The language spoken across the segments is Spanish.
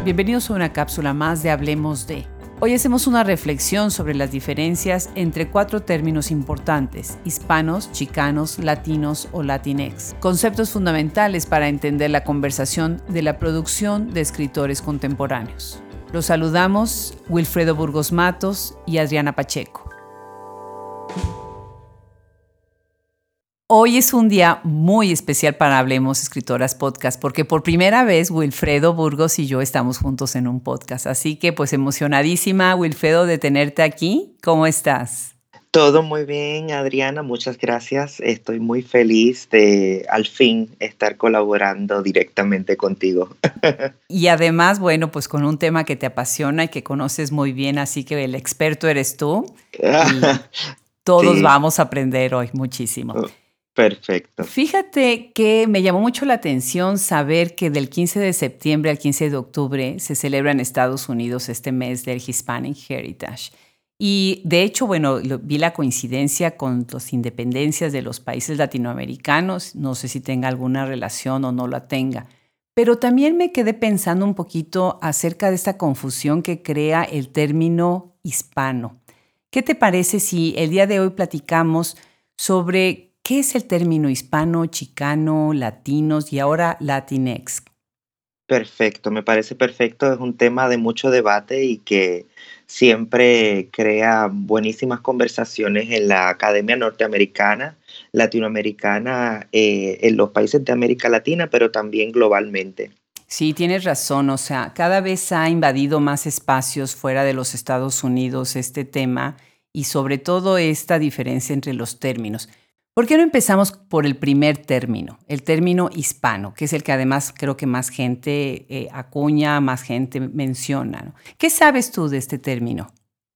Bienvenidos a una cápsula más de Hablemos de. Hoy hacemos una reflexión sobre las diferencias entre 4 términos importantes: hispanos, chicanos, latinos o latinex. Conceptos fundamentales para entender la conversación de la producción de escritores contemporáneos. Los saludamos Wilfredo Burgos Matos y Adriana Pacheco. Hoy es un día muy especial para Hablemos Escritoras Podcast, porque por primera vez Wilfredo Burgos y yo estamos juntos en un podcast. Así que pues emocionadísima, Wilfredo, de tenerte aquí. ¿Cómo estás? Todo muy bien, Adriana, muchas gracias. Estoy muy feliz de al fin estar colaborando directamente contigo. Y además, bueno, pues con un tema que te apasiona y que conoces muy bien, así que el experto eres tú y todos Sí, vamos a aprender hoy muchísimo. perfecto. Fíjate que me llamó mucho la atención saber que del 15 de septiembre al 15 de octubre se celebra en Estados Unidos este mes del Hispanic Heritage. Y de hecho, bueno, vi la coincidencia con las independencias de los países latinoamericanos. No sé si tenga alguna relación o no la tenga. Pero también me quedé pensando un poquito acerca de esta confusión que crea el término hispano. ¿Qué te parece si el día de hoy platicamos sobre qué es el término hispano, chicano, latinos y ahora latinex? Perfecto, me parece perfecto. Es un tema de mucho debate y que siempre crea buenísimas conversaciones en la Academia Norteamericana, Latinoamericana, en los países de América Latina, pero también globalmente. Sí, tienes razón. O sea, cada vez ha invadido más espacios fuera de los Estados Unidos este tema y sobre todo esta diferencia entre los términos. ¿Por qué no empezamos por el primer término, el término hispano, que es el que además creo que más gente acuña, más gente menciona, ¿no? ¿Qué sabes tú de este término?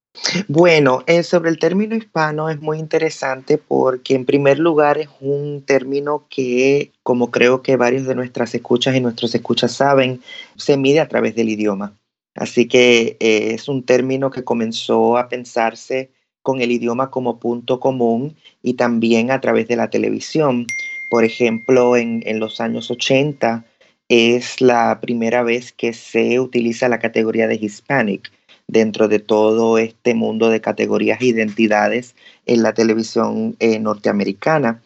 Bueno, sobre el término hispano es muy interesante porque en primer lugar es un término que, como creo que varios de nuestras escuchas y nuestros escuchas saben, se mide a través del idioma. Así que es un término que comenzó a pensarse con el idioma como punto común y también a través de la televisión. Por ejemplo, en los años 80 es la primera vez que se utiliza la categoría de Hispanic dentro de todo este mundo de categorías e identidades en la televisión norteamericana.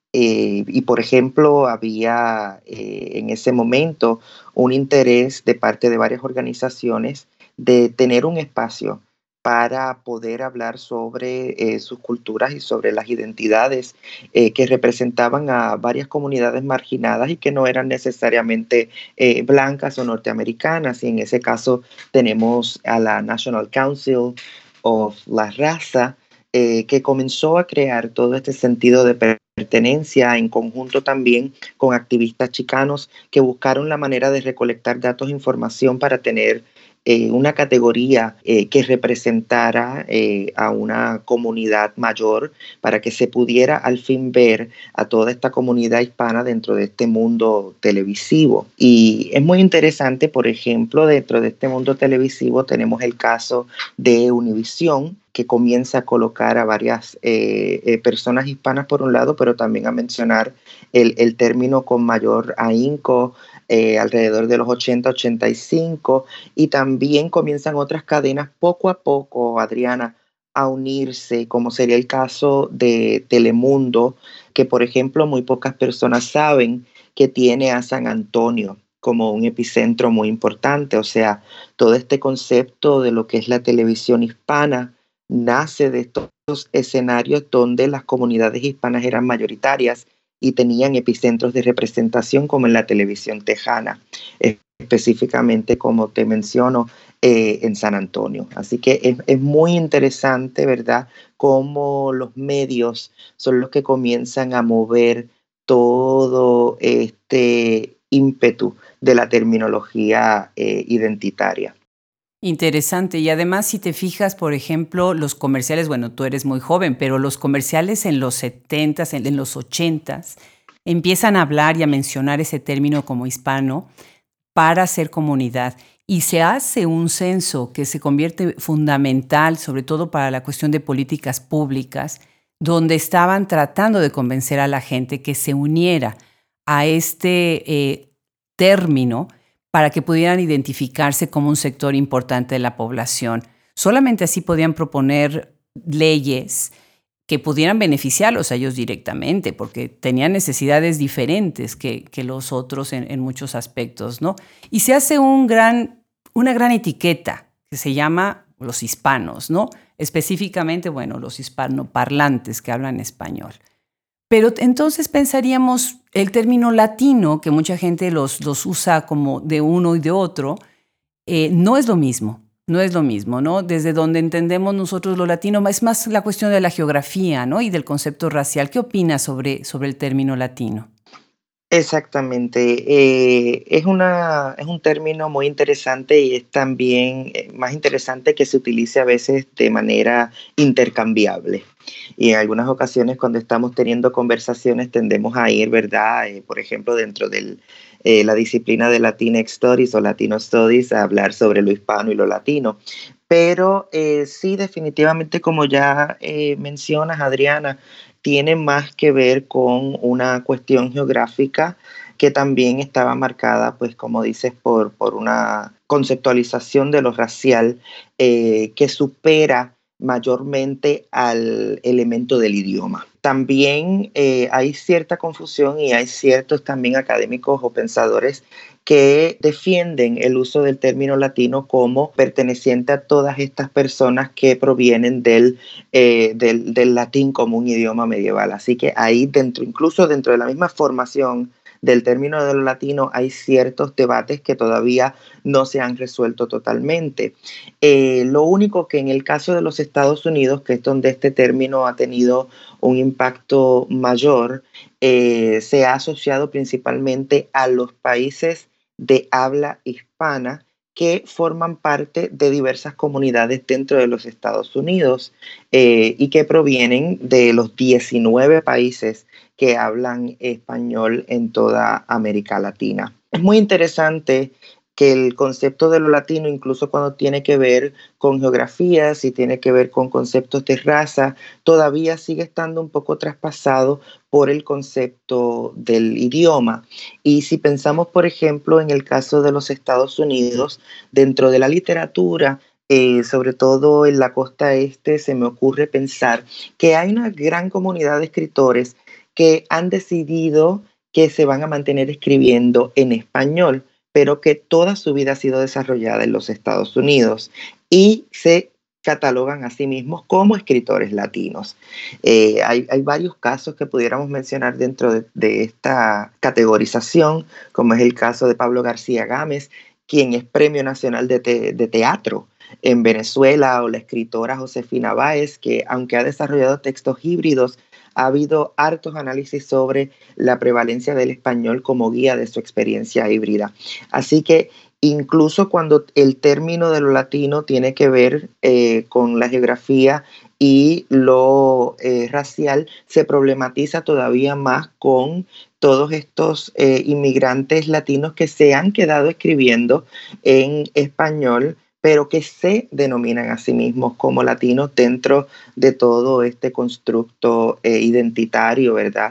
Y por ejemplo, había en ese momento un interés de parte de varias organizaciones de tener un espacio para poder hablar sobre sus culturas y sobre las identidades que representaban a varias comunidades marginadas y que no eran necesariamente blancas o norteamericanas. Y en ese caso tenemos a la National Council of la Raza, que comenzó a crear todo este sentido de pertenencia en conjunto también con activistas chicanos que buscaron la manera de recolectar datos e información para tener una categoría que representara a una comunidad mayor para que se pudiera al fin ver a toda esta comunidad hispana dentro de este mundo televisivo. Y es muy interesante, por ejemplo, dentro de este mundo televisivo tenemos el caso de Univisión, que comienza a colocar a varias personas hispanas por un lado, pero también a mencionar el término con mayor ahínco alrededor de los 80, 85, y también comienzan otras cadenas poco a poco, Adriana, a unirse, como sería el caso de Telemundo, que por ejemplo muy pocas personas saben que tiene a San Antonio como un epicentro muy importante. O sea, todo este concepto de lo que es la televisión hispana nace de estos escenarios donde las comunidades hispanas eran mayoritarias y tenían epicentros de representación como en la televisión tejana, específicamente como te menciono en San Antonio. Así que es muy interesante, ¿verdad?, cómo los medios son los que comienzan a mover todo este ímpetu de la terminología identitaria. Interesante. Y además, si te fijas, por ejemplo, los comerciales, bueno, tú eres muy joven, pero los comerciales en los 70s, en los 80s, empiezan a hablar y a mencionar ese término como hispano para hacer comunidad. Y se hace un censo que se convierte fundamental, sobre todo para la cuestión de políticas públicas, donde estaban tratando de convencer a la gente que se uniera a este término para que pudieran identificarse como un sector importante de la población. Solamente así podían proponer leyes que pudieran beneficiarlos a ellos directamente, porque tenían necesidades diferentes que los otros en muchos aspectos, ¿no? Y se hace una gran etiqueta que se llama los hispanos, ¿no? Específicamente, bueno, los hispanoparlantes que hablan español. Pero entonces pensaríamos el término latino, que mucha gente los usa como de uno y de otro, no es lo mismo. No es lo mismo, ¿no? Desde donde entendemos nosotros lo latino, es más la cuestión de la geografía, ¿no? Y del concepto racial. ¿Qué opinas sobre el término latino? Exactamente. Es un término muy interesante y es también más interesante que se utilice a veces de manera intercambiable. Y en algunas ocasiones cuando estamos teniendo conversaciones tendemos a ir, ¿verdad? Por ejemplo, dentro de la disciplina de Latinx Studies o Latino Studies a hablar sobre lo hispano y lo latino. Pero sí, definitivamente, como ya mencionas, Adriana, tiene más que ver con una cuestión geográfica que también estaba marcada, pues como dices, por una conceptualización de lo racial que supera mayormente al elemento del idioma. También hay cierta confusión y hay ciertos también académicos o pensadores que defienden el uso del término latino como perteneciente a todas estas personas que provienen del latín como un idioma medieval. Así que ahí dentro, incluso dentro de la misma formación del término de lo latino, hay ciertos debates que todavía no se han resuelto totalmente. Lo único que en el caso de los Estados Unidos, que es donde este término ha tenido un impacto mayor, se ha asociado principalmente a los países de habla hispana que forman parte de diversas comunidades dentro de los Estados Unidos y que provienen de los 19 países que hablan español en toda América Latina. Es muy interesante que el concepto de lo latino, incluso cuando tiene que ver con geografías y tiene que ver con conceptos de raza, todavía sigue estando un poco traspasado por el concepto del idioma. Y si pensamos, por ejemplo, en el caso de los Estados Unidos, dentro de la literatura, sobre todo en la costa este, se me ocurre pensar que hay una gran comunidad de escritores que han decidido que se van a mantener escribiendo en español, pero que toda su vida ha sido desarrollada en los Estados Unidos y se catalogan a sí mismos como escritores latinos. Hay varios casos que pudiéramos mencionar dentro de esta categorización, como es el caso de Pablo García Gámez, quien es Premio Nacional de Teatro en Venezuela, o la escritora Josefina Báez, que aunque ha desarrollado textos híbridos, ha habido hartos análisis sobre la prevalencia del español como guía de su experiencia híbrida. Así que incluso cuando el término de lo latino tiene que ver con la geografía y lo racial, se problematiza todavía más con todos estos inmigrantes latinos que se han quedado escribiendo en español, pero que se denominan a sí mismos como latinos dentro de todo este constructo identitario, ¿verdad?,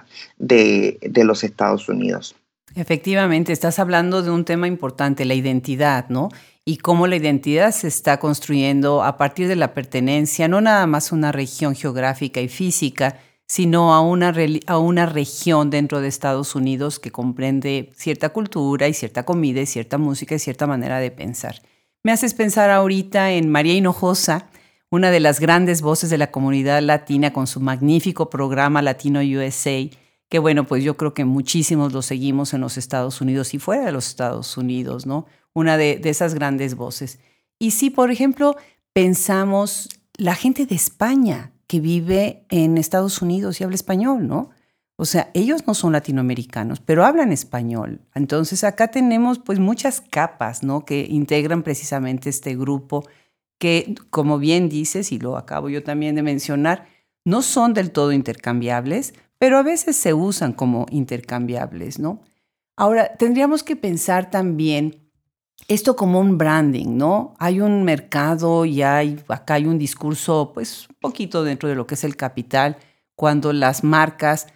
de los Estados Unidos. Efectivamente, estás hablando de un tema importante, la identidad, ¿no? Y cómo la identidad se está construyendo a partir de la pertenencia, no nada más a una región geográfica y física, sino a una región dentro de Estados Unidos que comprende cierta cultura y cierta comida y cierta música y cierta manera de pensar. Me haces pensar ahorita en María Hinojosa, una de las grandes voces de la comunidad latina con su magnífico programa Latino USA, que bueno, pues yo creo que muchísimos lo seguimos en los Estados Unidos y fuera de los Estados Unidos, ¿no? Una de esas grandes voces. Y si, por ejemplo, pensamos la gente de España que vive en Estados Unidos y habla español, ¿no? O sea, ellos no son latinoamericanos, pero hablan español. Entonces acá tenemos pues muchas capas, ¿no?, que integran precisamente este grupo que, como bien dices, y lo acabo yo también de mencionar, no son del todo intercambiables, pero a veces se usan como intercambiables, ¿no? Ahora, tendríamos que pensar también esto como un branding, ¿no? Hay un mercado y acá hay un discurso, pues, un poquito dentro de lo que es el capital, cuando las marcas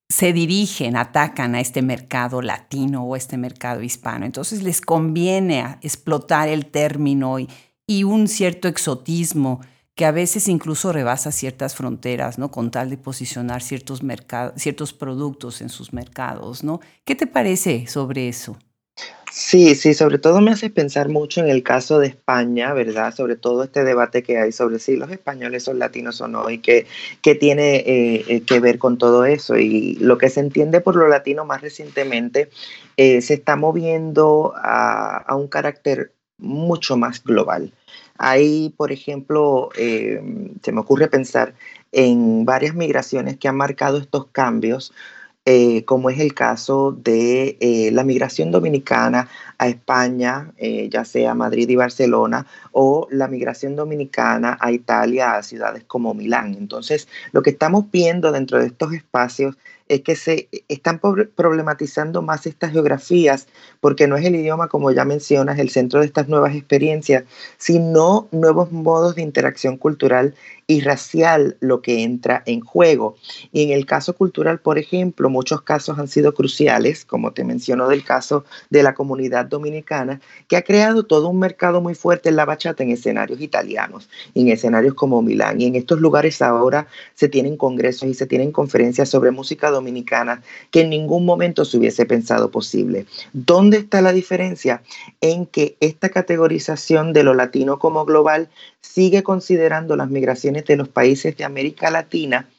se dirigen, atacan a este mercado latino o a este mercado hispano. Entonces les conviene explotar el término y un cierto exotismo que a veces incluso rebasa ciertas fronteras, ¿no? Con tal de posicionar ciertos ciertos productos en sus mercados, ¿no? ¿Qué te parece sobre eso? Sí, sí, sobre todo me hace pensar mucho en el caso de España, ¿verdad? Sobre todo este debate que hay sobre si los españoles son latinos o no y qué tiene que ver con todo eso. Y lo que se entiende por lo latino más recientemente se está moviendo a un carácter mucho más global. Hay, por ejemplo, se me ocurre pensar en varias migraciones que han marcado estos cambios, como es el caso de la migración dominicana a España, ya sea Madrid y Barcelona, o la migración dominicana a Italia, a ciudades como Milán. Entonces, lo que estamos viendo dentro de estos espacios es que se están problematizando más estas geografías, porque no es el idioma, como ya mencionas, el centro de estas nuevas experiencias, sino nuevos modos de interacción cultural y racial lo que entra en juego. Y en el caso cultural, por ejemplo, muchos casos han sido cruciales, como te menciono del caso de la comunidad dominicana, que ha creado todo un mercado muy fuerte en la bachata en escenarios italianos, en escenarios como Milán. Y en estos lugares ahora se tienen congresos y se tienen conferencias sobre música dominicana que en ningún momento se hubiese pensado posible. ¿Dónde está la diferencia? En que esta categorización de lo latino como global sigue considerando las migraciones de los países de América Latina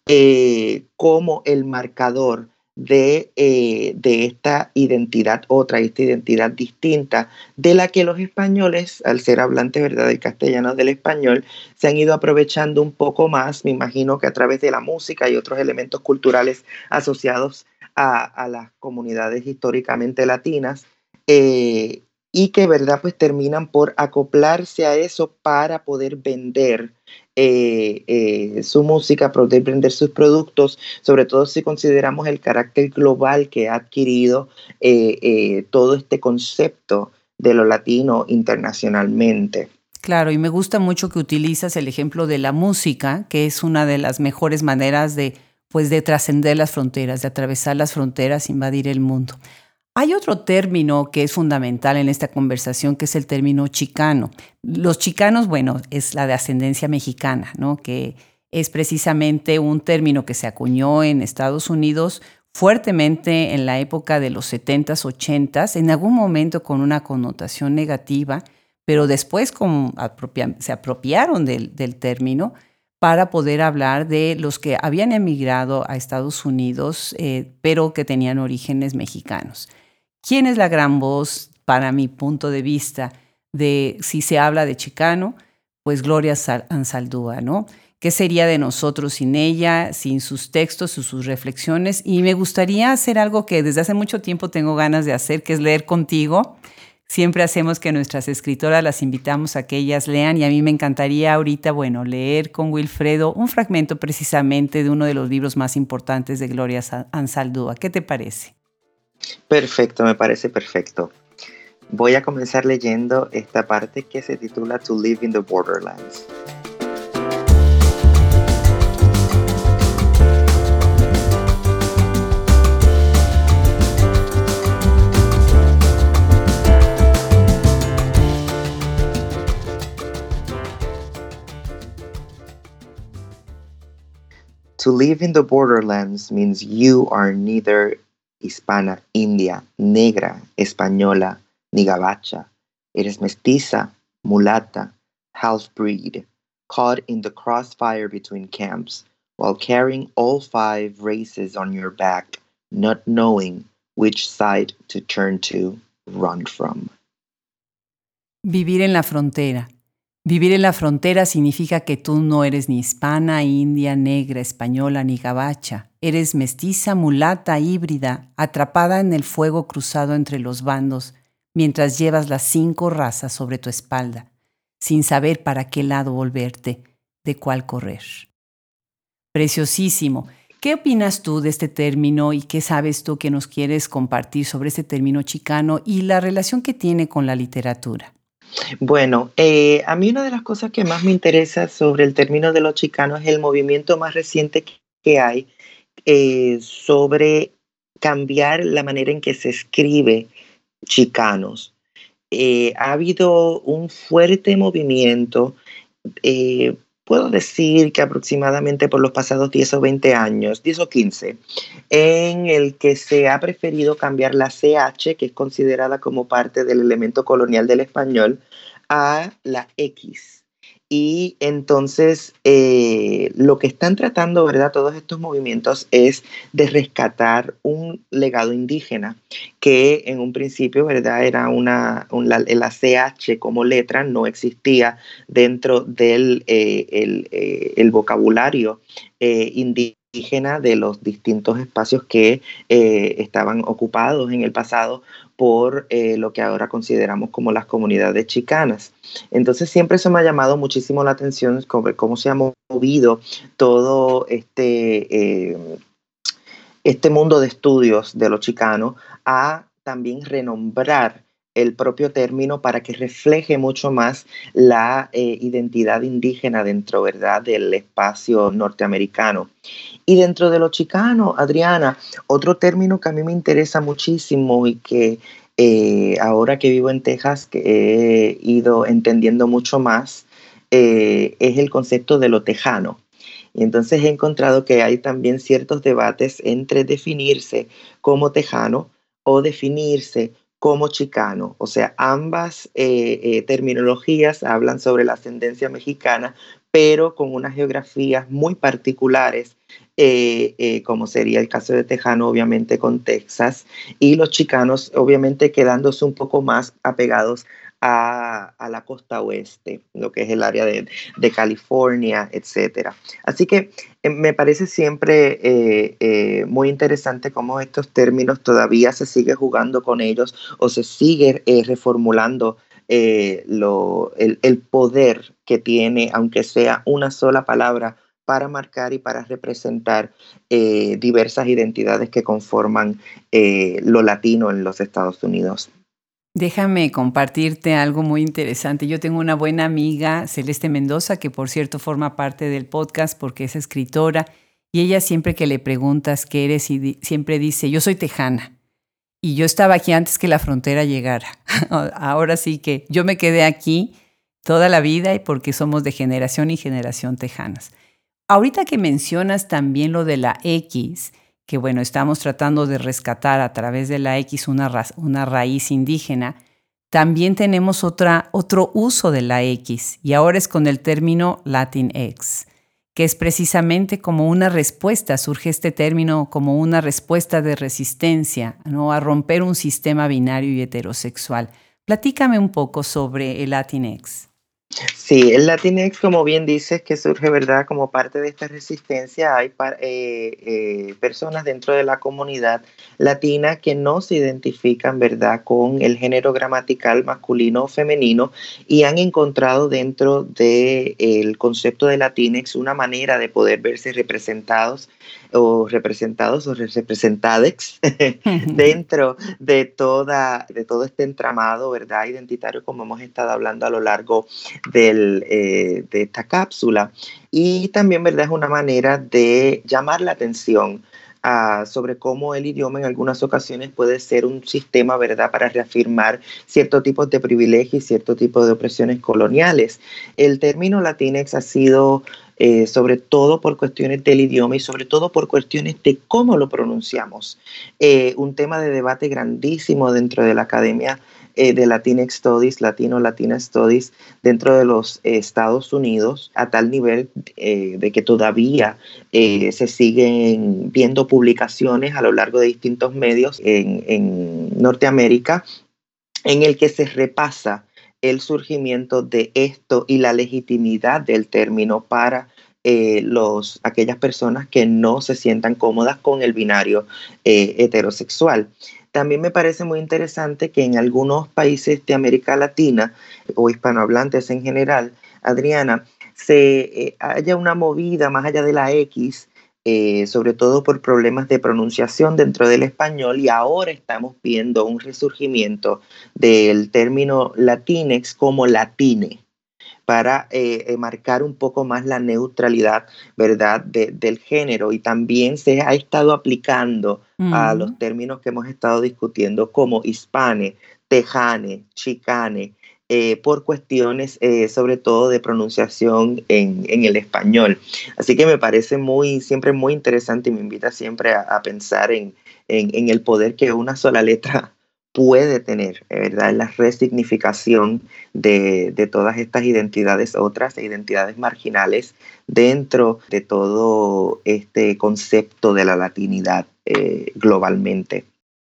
como el marcador de esta identidad otra, esta identidad distinta, de la que los españoles, al ser hablantes, ¿verdad?, del castellano, del español, se han ido aprovechando un poco más, me imagino que a través de la música y otros elementos culturales asociados a las comunidades históricamente latinas, y que, ¿verdad?, pues terminan por acoplarse a eso para poder vender su música, poder vender sus productos, sobre todo si consideramos el carácter global que ha adquirido todo este concepto de lo latino internacionalmente. Claro, y me gusta mucho que utilizas el ejemplo de la música, que es una de las mejores maneras de, pues, de trascender las fronteras, de atravesar las fronteras, invadir el mundo. Hay otro término que es fundamental en esta conversación, que es el término chicano. Los chicanos, bueno, es la de ascendencia mexicana, ¿no? Que es precisamente un término que se acuñó en Estados Unidos fuertemente en la época de los 70s, 80s, en algún momento con una connotación negativa, pero después se apropiaron del término para poder hablar de los que habían emigrado a Estados Unidos, pero que tenían orígenes mexicanos. ¿Quién es la gran voz, para mi punto de vista, de si se habla de chicano? Pues Gloria Anzaldúa, ¿no? ¿Qué sería de nosotros sin ella, sin sus textos y sus reflexiones? Y me gustaría hacer algo que desde hace mucho tiempo tengo ganas de hacer, que es leer contigo. Siempre hacemos que nuestras escritoras las invitamos a que ellas lean y a mí me encantaría ahorita, bueno, leer con Wilfredo un fragmento precisamente de uno de los libros más importantes de Gloria Anzaldúa. ¿Qué te parece? Perfecto, me parece perfecto. Voy a comenzar leyendo esta parte que se titula To Live in the Borderlands. To live in the borderlands means you are neither hispana, india, negra, española, ni gabacha. Eres mestiza, mulata, half-breed, caught in the crossfire between camps, while carrying all 5 races on your back, not knowing which side to turn to, run from. Vivir en la frontera. Vivir en la frontera significa que tú no eres ni hispana, india, negra, española ni gabacha. Eres mestiza, mulata, híbrida, atrapada en el fuego cruzado entre los bandos, mientras llevas las 5 razas sobre tu espalda, sin saber para qué lado volverte, de cuál correr. Preciosísimo. ¿Qué opinas tú de este término y qué sabes tú que nos quieres compartir sobre este término chicano y la relación que tiene con la literatura? Bueno, a mí una de las cosas que más me interesa sobre el término de los chicanos es el movimiento más reciente que hay, sobre cambiar la manera en que se escribe chicanos. Ha habido un fuerte movimiento, eh, puedo decir que aproximadamente por los pasados 10 o 20 años, 10 o 15, en el que se ha preferido cambiar la CH, que es considerada como parte del elemento colonial del español, a la X. Y entonces lo que están tratando, ¿verdad? Todos estos movimientos es de rescatar un legado indígena que en un principio, ¿verdad? Era la CH como letra no existía dentro del el vocabulario indígena de los distintos espacios que estaban ocupados en el pasado por lo que ahora consideramos como las comunidades chicanas. Entonces siempre eso me ha llamado muchísimo la atención sobre cómo se ha movido todo este mundo de estudios de los chicanos a también renombrar el propio término para que refleje mucho más la identidad indígena dentro, ¿verdad?, del espacio norteamericano. Y dentro de los chicanos, Adriana, otro término que a mí me interesa muchísimo y que ahora que vivo en Texas, que he ido entendiendo mucho más, es el concepto de lo tejano. Y entonces he encontrado que hay también ciertos debates entre definirse como tejano o definirse como chicano. O sea, ambas terminologías hablan sobre la ascendencia mexicana, pero con unas geografías muy particulares, como sería el caso de Tejano, obviamente con Texas, y los chicanos, obviamente quedándose un poco más apegados a la costa oeste, lo que es el área de California, etcétera. Así que me parece siempre muy interesante cómo estos términos todavía se sigue jugando con ellos o se sigue reformulando el poder que tiene, aunque sea una sola palabra, para marcar y para representar diversas identidades que conforman lo latino en los Estados Unidos. Déjame compartirte algo muy interesante. Yo tengo una buena amiga, Celeste Mendoza, que por cierto forma parte del podcast porque es escritora, y ella siempre que le preguntas qué eres, siempre dice, yo soy tejana. Y yo estaba aquí antes que la frontera llegara. Ahora sí que yo me quedé aquí toda la vida y porque somos de generación y generación tejanas. Ahorita que mencionas también lo de la X, que bueno, estamos tratando de rescatar a través de la X una raíz indígena, también tenemos otro uso de la X y ahora es con el término Latinx, que es precisamente como una respuesta, surge este término como una respuesta de resistencia, ¿no?, a romper un sistema binario y heterosexual. Platícame un poco sobre el Latinx. Sí, el Latinx, como bien dices, que surge, ¿verdad? Como parte de esta resistencia, hay personas dentro de la comunidad latina que no se identifican, ¿verdad?, con el género gramatical masculino o femenino y han encontrado dentro del concepto de Latinx una manera de poder verse representados o representadex dentro de todo este entramado, ¿verdad?, identitario, como hemos estado hablando a lo largo de esta cápsula. Y también, ¿verdad?, es una manera de llamar la atención sobre cómo el idioma en algunas ocasiones puede ser un sistema, ¿verdad?, para reafirmar ciertos tipos de privilegios y ciertos tipos de opresiones coloniales. El término Latinx ha sido, sobre todo por cuestiones del idioma y sobre todo por cuestiones de cómo lo pronunciamos, un tema de debate grandísimo dentro de la academia de Latinx Studies, Latina Studies, dentro de los Estados Unidos, a tal nivel de que todavía se siguen viendo publicaciones a lo largo de distintos medios en Norteamérica, en el que se repasa el surgimiento de esto y la legitimidad del término para aquellas personas que no se sientan cómodas con el binario heterosexual. También me parece muy interesante que en algunos países de América Latina o hispanohablantes en general, Adriana, haya una movida más allá de la X, sobre todo por problemas de pronunciación dentro del español, y ahora estamos viendo un resurgimiento del término Latinx como latine, para marcar un poco más la neutralidad, ¿verdad?, del género. Y también se ha estado aplicando a los Ujú. términos que hemos estado discutiendo como hispane, tejane, chicane, por cuestiones sobre todo de pronunciación en el español. Así que me parece siempre muy interesante y me invita siempre a pensar en el poder que una sola letra puede tener, ¿verdad? En la resignificación de todas estas identidades, otras identidades marginales dentro de todo este concepto de la latinidad globalmente.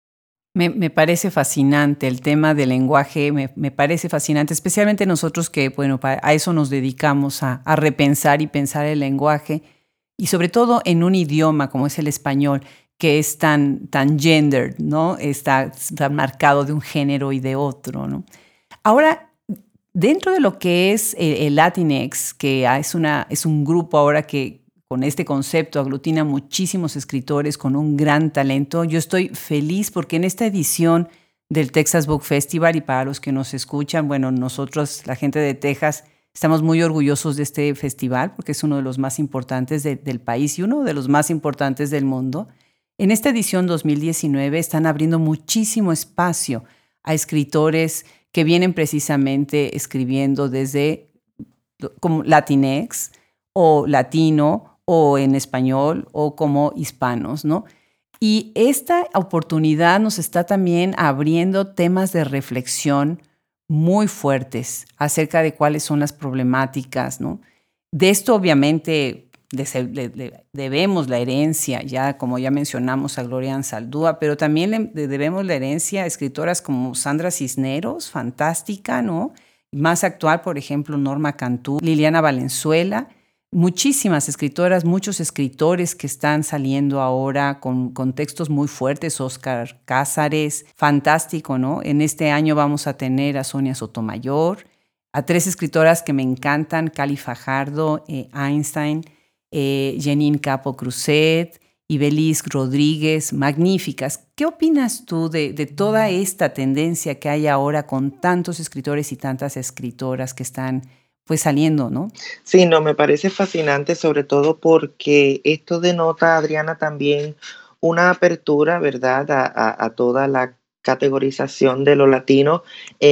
Me parece fascinante el tema del lenguaje, me parece fascinante, especialmente nosotros que, bueno, a eso nos dedicamos, a repensar y pensar el lenguaje, y sobre todo en un idioma como es el español, que es tan gendered, ¿no? Está marcado de un género y de otro, ¿no? Ahora, dentro de lo que es el Latinx, que es un grupo ahora que con este concepto aglutina muchísimos escritores con un gran talento, yo estoy feliz porque en esta edición del Texas Book Festival, y para los que nos escuchan, bueno, nosotros, la gente de Texas, estamos muy orgullosos de este festival porque es uno de los más importantes del país y uno de los más importantes del mundo. En esta edición 2019 están abriendo muchísimo espacio a escritores que vienen precisamente escribiendo desde como Latinx o latino o en español o como hispanos, ¿no? Y esta oportunidad nos está también abriendo temas de reflexión muy fuertes acerca de cuáles son las problemáticas, ¿no? De esto obviamente le debemos la herencia, ya como ya mencionamos a Gloria Anzaldúa, pero también le debemos la herencia a escritoras como Sandra Cisneros, fantástica, ¿no? Más actual, por ejemplo, Norma Cantú, Liliana Valenzuela, muchísimas escritoras, muchos escritores que están saliendo ahora con textos muy fuertes. Óscar Cázares, fantástico, ¿no? En este año vamos a tener a Sonia Sotomayor, a tres escritoras que me encantan, Cali Fajardo, Einstein, Jeanine Capo Cruzet, Ibeliz Rodríguez, magníficas. ¿Qué opinas tú de toda esta tendencia que hay ahora con tantos escritores y tantas escritoras que están pues saliendo, ¿no? Sí, no, me parece fascinante, sobre todo porque esto denota, Adriana, también una apertura, ¿verdad?, a toda la categorización de lo latino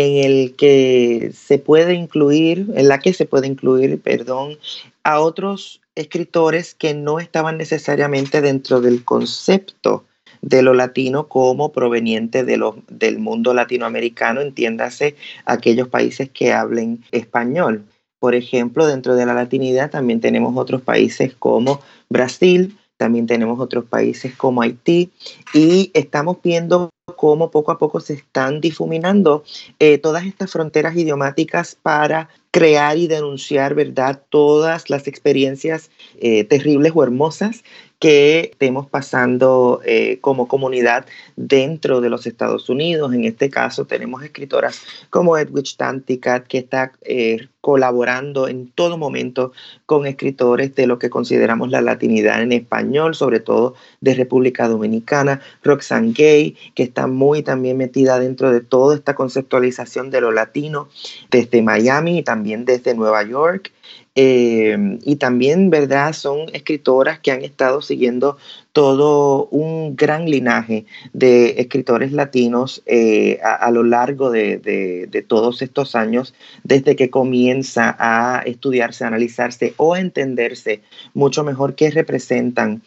en la que se puede incluir, perdón, a otros escritores que no estaban necesariamente dentro del concepto de lo latino como proveniente del mundo latinoamericano, entiéndase aquellos países que hablen español. Por ejemplo, dentro de la latinidad también tenemos otros países como Brasil, también tenemos otros países como Haití, y estamos viendo cómo poco a poco se están difuminando todas estas fronteras idiomáticas para crear y denunciar, ¿verdad?, todas las experiencias terribles o hermosas que estemos pasando como comunidad dentro de los Estados Unidos. En este caso tenemos escritoras como Edwidge Danticat, que está colaborando en todo momento con escritores de lo que consideramos la latinidad en español, sobre todo de República Dominicana. Roxane Gay, que está muy también metida dentro de toda esta conceptualización de lo latino desde Miami y también desde Nueva York. Y también, ¿verdad?, son escritoras que han estado siguiendo todo un gran linaje de escritores latinos a lo largo de todos estos años, desde que comienza a estudiarse, a analizarse o a entenderse mucho mejor qué representan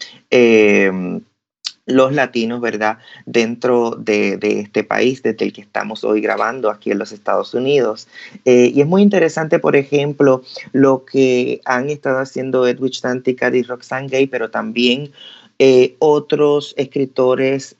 los latinos, ¿verdad?, dentro de este país desde el que estamos hoy grabando aquí en los Estados Unidos. Y es muy interesante, por ejemplo, lo que han estado haciendo Edwidge Danticat y Roxane Gay, pero también otros escritores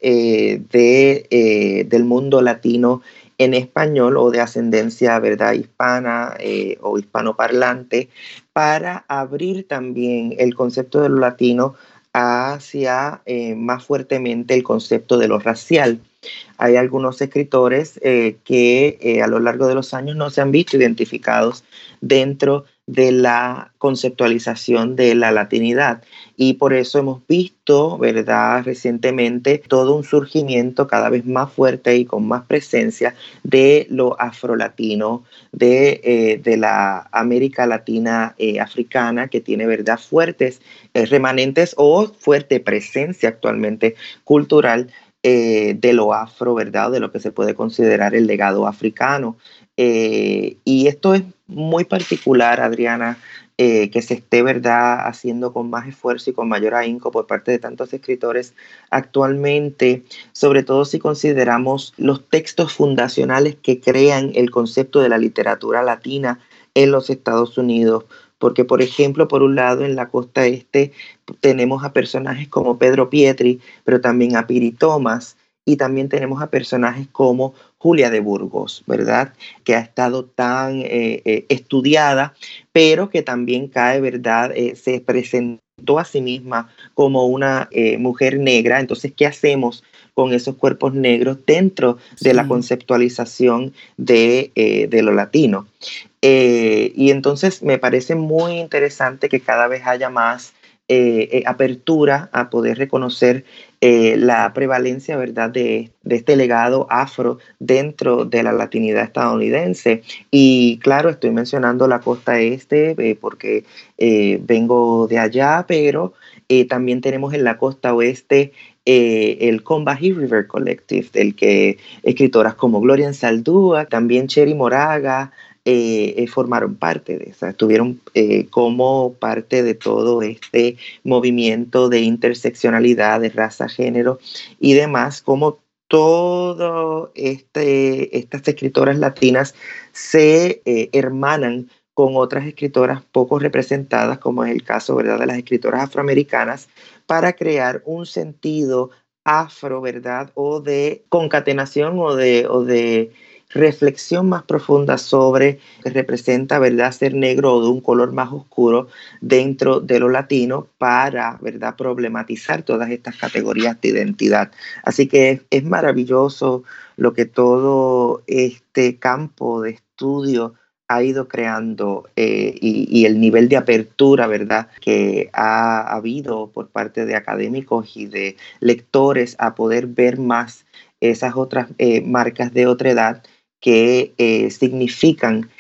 del mundo latino en español o de ascendencia, ¿verdad?, hispana o hispanoparlante, para abrir también el concepto de lo latino hacia más fuertemente el concepto de lo racial. Hay algunos escritores que a lo largo de los años no se han visto identificados dentro de la conceptualización de la latinidad. Y por eso hemos visto, ¿verdad?, recientemente todo un surgimiento cada vez más fuerte y con más presencia de lo afrolatino, de la América Latina africana, que tiene, ¿verdad?, fuertes remanentes o fuerte presencia actualmente cultural de lo afro, ¿verdad?, de lo que se puede considerar el legado africano. Y esto es muy particular, Adriana, que se esté, ¿verdad?, haciendo con más esfuerzo y con mayor ahínco por parte de tantos escritores actualmente, sobre todo si consideramos los textos fundacionales que crean el concepto de la literatura latina en los Estados Unidos. Porque, por ejemplo, por un lado, en la costa este tenemos a personajes como Pedro Pietri, pero también a Piri Thomas, y también tenemos a personajes como Julia de Burgos, ¿verdad?, que ha estado tan estudiada, pero que también cae, ¿verdad?, se presentó a sí misma como una mujer negra. Entonces, ¿qué hacemos con esos cuerpos negros dentro de la Sí. conceptualización de lo latino? Y entonces me parece muy interesante que cada vez haya más apertura a poder reconocer la prevalencia, ¿verdad?, de este legado afro dentro de la latinidad estadounidense. Y claro, estoy mencionando la costa este porque vengo de allá, pero también tenemos en la costa oeste el Combahee River Collective, del que escritoras como Gloria Anzaldúa, también Cherry Moraga, formaron parte de esa, estuvieron como parte de todo este movimiento de interseccionalidad, de raza, género y demás, como todo estas escritoras latinas se hermanan con otras escritoras poco representadas, como es el caso, ¿verdad?, de las escritoras afroamericanas, para crear un sentido afro, ¿verdad?, o de concatenación o de reflexión más profunda sobre que representa, ¿verdad?, ser negro o de un color más oscuro dentro de lo latino para, ¿verdad?, problematizar todas estas categorías de identidad. Así que es maravilloso lo que todo este campo de estudio ha ido creando y el nivel de apertura, ¿verdad?, que ha habido por parte de académicos y de lectores a poder ver más esas otras marcas de otra edad que significan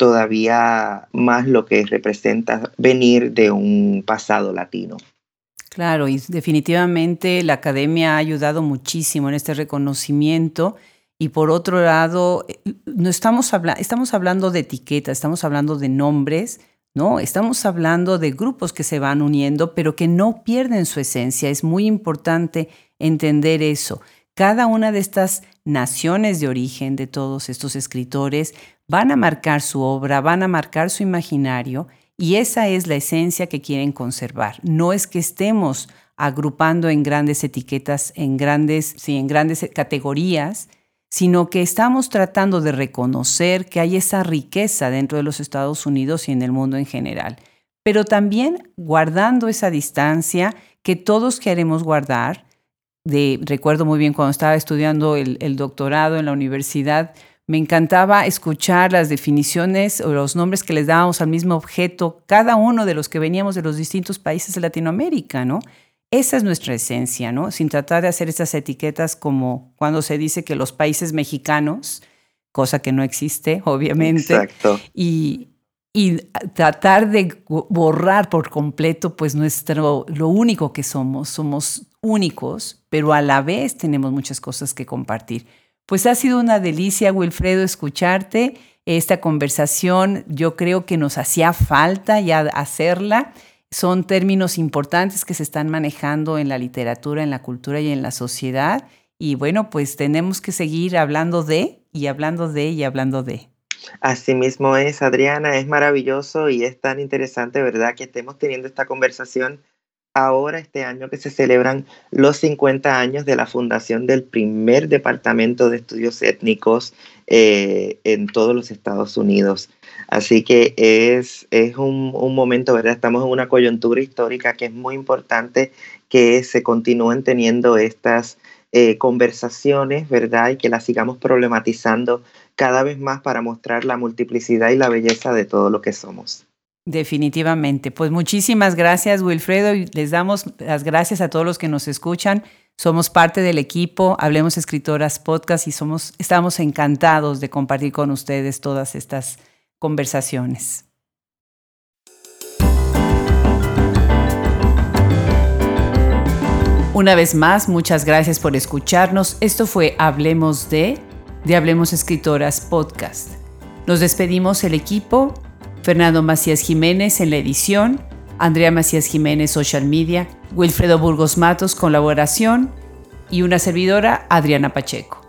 todavía más lo que representa venir de un pasado latino. Claro, y definitivamente la academia ha ayudado muchísimo en este reconocimiento. Y por otro lado, no estamos hablando de etiquetas, estamos hablando de nombres, ¿no? Estamos hablando de grupos que se van uniendo, pero que no pierden su esencia. Es muy importante entender eso. Cada una de estas naciones de origen de todos estos escritores van a marcar su obra, van a marcar su imaginario, y esa es la esencia que quieren conservar. No es que estemos agrupando en grandes etiquetas, en grandes categorías, sino que estamos tratando de reconocer que hay esa riqueza dentro de los Estados Unidos y en el mundo en general, pero también guardando esa distancia que todos queremos guardar. Recuerdo muy bien cuando estaba estudiando el doctorado en la universidad, me encantaba escuchar las definiciones o los nombres que les dábamos al mismo objeto, cada uno de los que veníamos de los distintos países de Latinoamérica, ¿no? Esa es nuestra esencia, ¿no? Sin tratar de hacer esas etiquetas como cuando se dice que los países mexicanos, cosa que no existe, obviamente, Exacto. y, y tratar de borrar por completo, pues lo único que somos únicos, pero a la vez tenemos muchas cosas que compartir. Pues ha sido una delicia, Wilfredo, escucharte. Esta conversación yo creo que nos hacía falta ya hacerla. Son términos importantes que se están manejando en la literatura, en la cultura y en la sociedad. Y bueno, pues tenemos que seguir hablando de, y hablando de, y hablando de. Así mismo es, Adriana, es maravilloso y es tan interesante, ¿verdad?, que estemos teniendo esta conversación ahora, este año que se celebran los 50 años de la fundación del primer departamento de estudios étnicos en todos los Estados Unidos. Así que es un momento, ¿verdad? Estamos en una coyuntura histórica que es muy importante que se continúen teniendo estas conversaciones, ¿verdad? Y que las sigamos problematizando cada vez más para mostrar la multiplicidad y la belleza de todo lo que somos. Definitivamente. Pues muchísimas gracias, Wilfredo, y les damos las gracias a todos los que nos escuchan. Somos parte del equipo Hablemos Escritoras Podcast y estamos encantados de compartir con ustedes todas estas conversaciones. Una vez más, muchas gracias por escucharnos. Esto fue Hablemos de Hablemos Escritoras Podcast. Nos despedimos el equipo: Fernando Macías Jiménez en la edición, Andrea Macías Jiménez Social Media, Wilfredo Burgos Matos colaboración y una servidora, Adriana Pacheco.